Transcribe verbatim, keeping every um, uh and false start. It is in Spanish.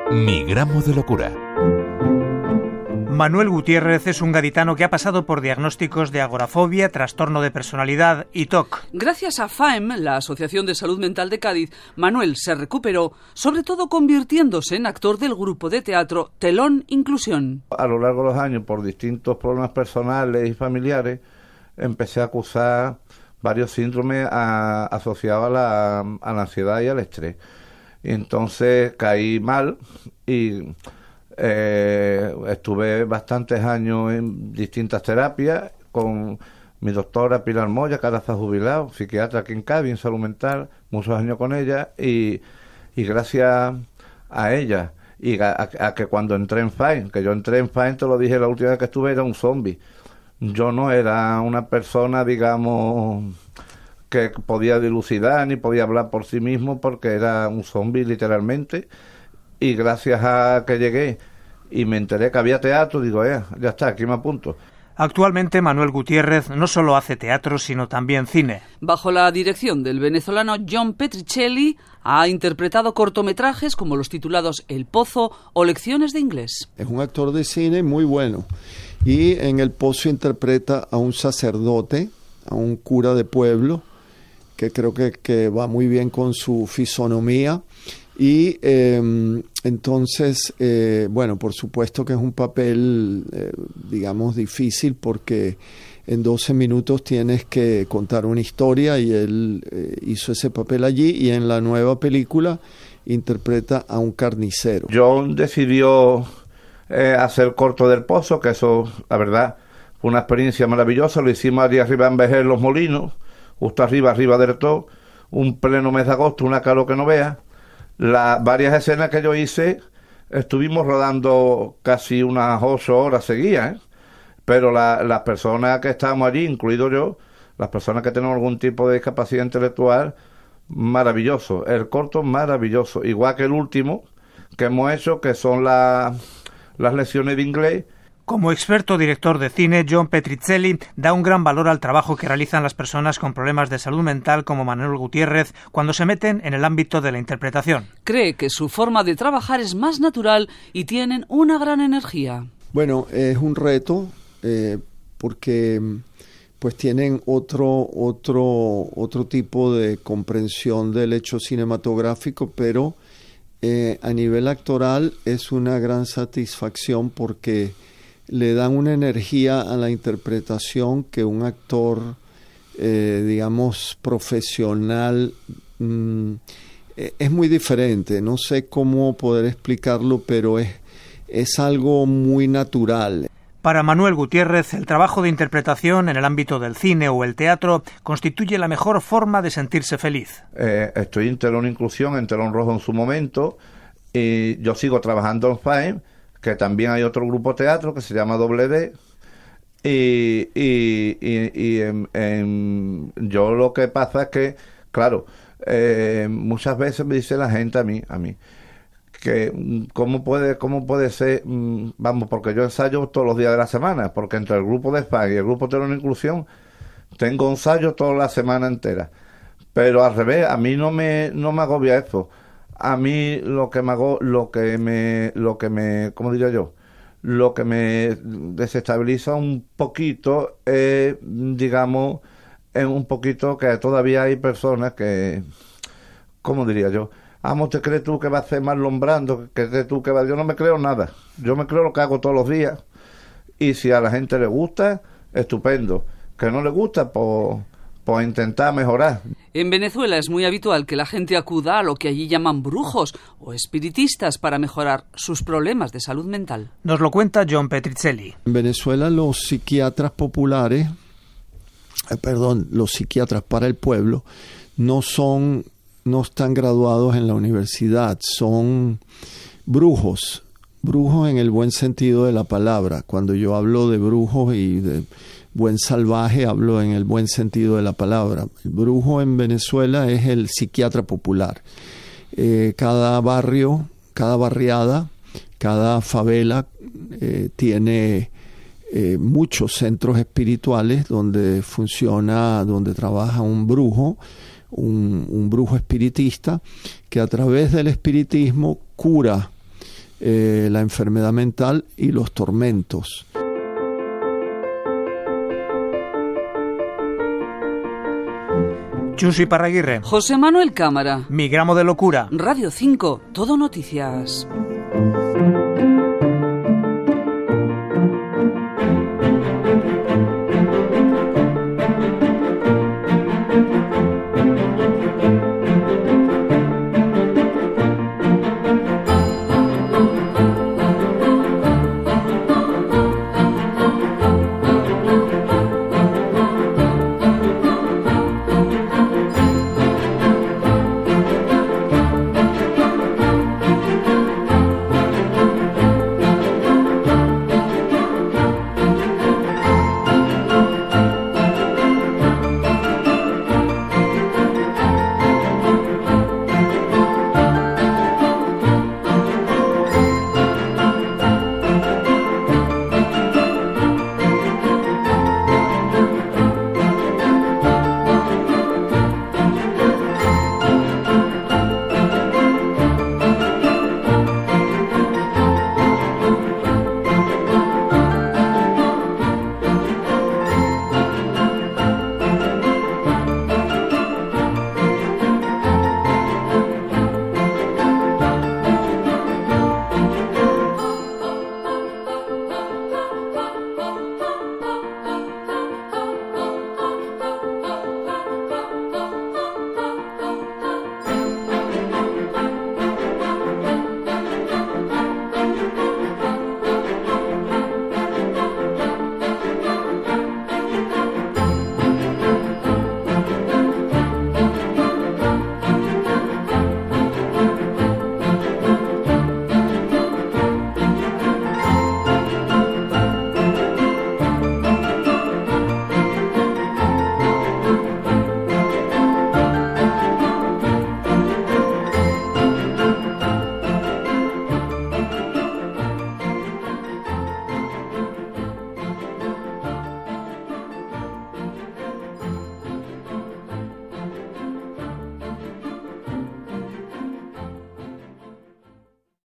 Mi gramo de locura. Manuel Gutiérrez es un gaditano que ha pasado por diagnósticos de agorafobia, trastorno de personalidad y T O C. Gracias a FAEM, la Asociación de Salud Mental de Cádiz, Manuel se recuperó, sobre todo convirtiéndose en actor del grupo de teatro Telón Inclusión. A lo largo de los años, por distintos problemas personales y familiares, empecé a acusar varios síndromes a, asociados a la, a la ansiedad y al estrés. Y entonces caí mal y eh, estuve bastantes años en distintas terapias con mi doctora Pilar Moya, que ahora está jubilado, psiquiatra aquí en Cádiz, en salud mental, muchos años con ella, y, y gracias a ella y a, a, a que cuando entré en FAEM, que yo entré en FAEM, te lo dije la última vez que estuve, era un zombie. Yo no era una persona, digamos, que podía dilucidar ni podía hablar por sí mismo, porque era un zombie literalmente. Y gracias a que llegué y me enteré que había teatro, digo, eh, ya está, aquí me apunto. Actualmente Manuel Gutiérrez no solo hace teatro, sino también cine. Bajo la dirección del venezolano John Petricelli, ha interpretado cortometrajes como los titulados El Pozo o Lecciones de Inglés. Es un actor de cine muy bueno y en El Pozo interpreta a un sacerdote, a un cura de pueblo, que creo que, que va muy bien con su fisonomía. Y eh, entonces, eh, bueno, por supuesto que es un papel, eh, digamos, difícil porque en doce minutos tienes que contar una historia y él eh, hizo ese papel allí y en la nueva película interpreta a un carnicero. John decidió eh, hacer Corto del Pozo, que eso, la verdad, fue una experiencia maravillosa. Lo hicimos allí arriba en Vejer Los Molinos, justo arriba, arriba del todo, un pleno mes de agosto, una calor que no veas. Las varias escenas que yo hice, estuvimos rodando casi unas ocho horas seguidas, ¿eh? Pero la, las personas que estábamos allí, incluido yo, las personas que tenemos algún tipo de discapacidad intelectual, maravilloso. El corto, maravilloso. Igual que el último que hemos hecho, que son la, las lecciones de inglés. Como experto director de cine, John Petricelli da un gran valor al trabajo que realizan las personas con problemas de salud mental como Manuel Gutiérrez cuando se meten en el ámbito de la interpretación. Cree que su forma de trabajar es más natural y tienen una gran energía. Bueno, es un reto eh, porque pues tienen otro, otro, otro tipo de comprensión del hecho cinematográfico, pero eh, a nivel actoral es una gran satisfacción porque le dan una energía a la interpretación que un actor, eh, digamos, profesional, mmm, es muy diferente. No sé cómo poder explicarlo, pero es, es algo muy natural. Para Manuel Gutiérrez, el trabajo de interpretación en el ámbito del cine o el teatro constituye la mejor forma de sentirse feliz. Eh, estoy en Telón Inclusión, en Telón Rojo en su momento, y yo sigo trabajando en FAEM, que también hay otro grupo teatro que se llama Doble D, y, y, y, y en, en, yo lo que pasa es que, claro, eh, muchas veces me dice la gente a mí, a mí, que cómo puede, cómo puede ser, vamos, porque yo ensayo todos los días de la semana, porque entre el grupo de España y el grupo Telón Inclusión tengo ensayo toda la semana entera, pero al revés, a mí no me, no me agobia eso. A mí lo que me hago, lo que me, lo que me, ¿cómo diría yo? Lo que me desestabiliza un poquito es, digamos, es un poquito que todavía hay personas que, ¿cómo diría yo? Amo, ¿te crees tú que va a ser más lombrando? ¿Que crees tú que va? Yo no me creo nada. Yo me creo lo que hago todos los días. Y si a la gente le gusta, estupendo. Que no le gusta, pues, pues intentar mejorar. En Venezuela es muy habitual que la gente acuda a lo que allí llaman brujos o espiritistas para mejorar sus problemas de salud mental. Nos lo cuenta John Petricelli. En Venezuela los psiquiatras populares, eh, perdón, los psiquiatras para el pueblo, no son, no están graduados en la universidad, son brujos, brujos en el buen sentido de la palabra. Cuando yo hablo de brujos y de buen salvaje, hablo en el buen sentido de la palabra. El brujo en Venezuela es el psiquiatra popular. Eh, cada barrio, cada barriada, cada favela eh, tiene eh, muchos centros espirituales donde funciona, donde trabaja un brujo, un, un brujo espiritista, que a través del espiritismo cura eh, la enfermedad mental y los tormentos. Chus Iparraguirre. José Manuel Cámara. Mi gramo de locura. Radio cinco, Todo Noticias.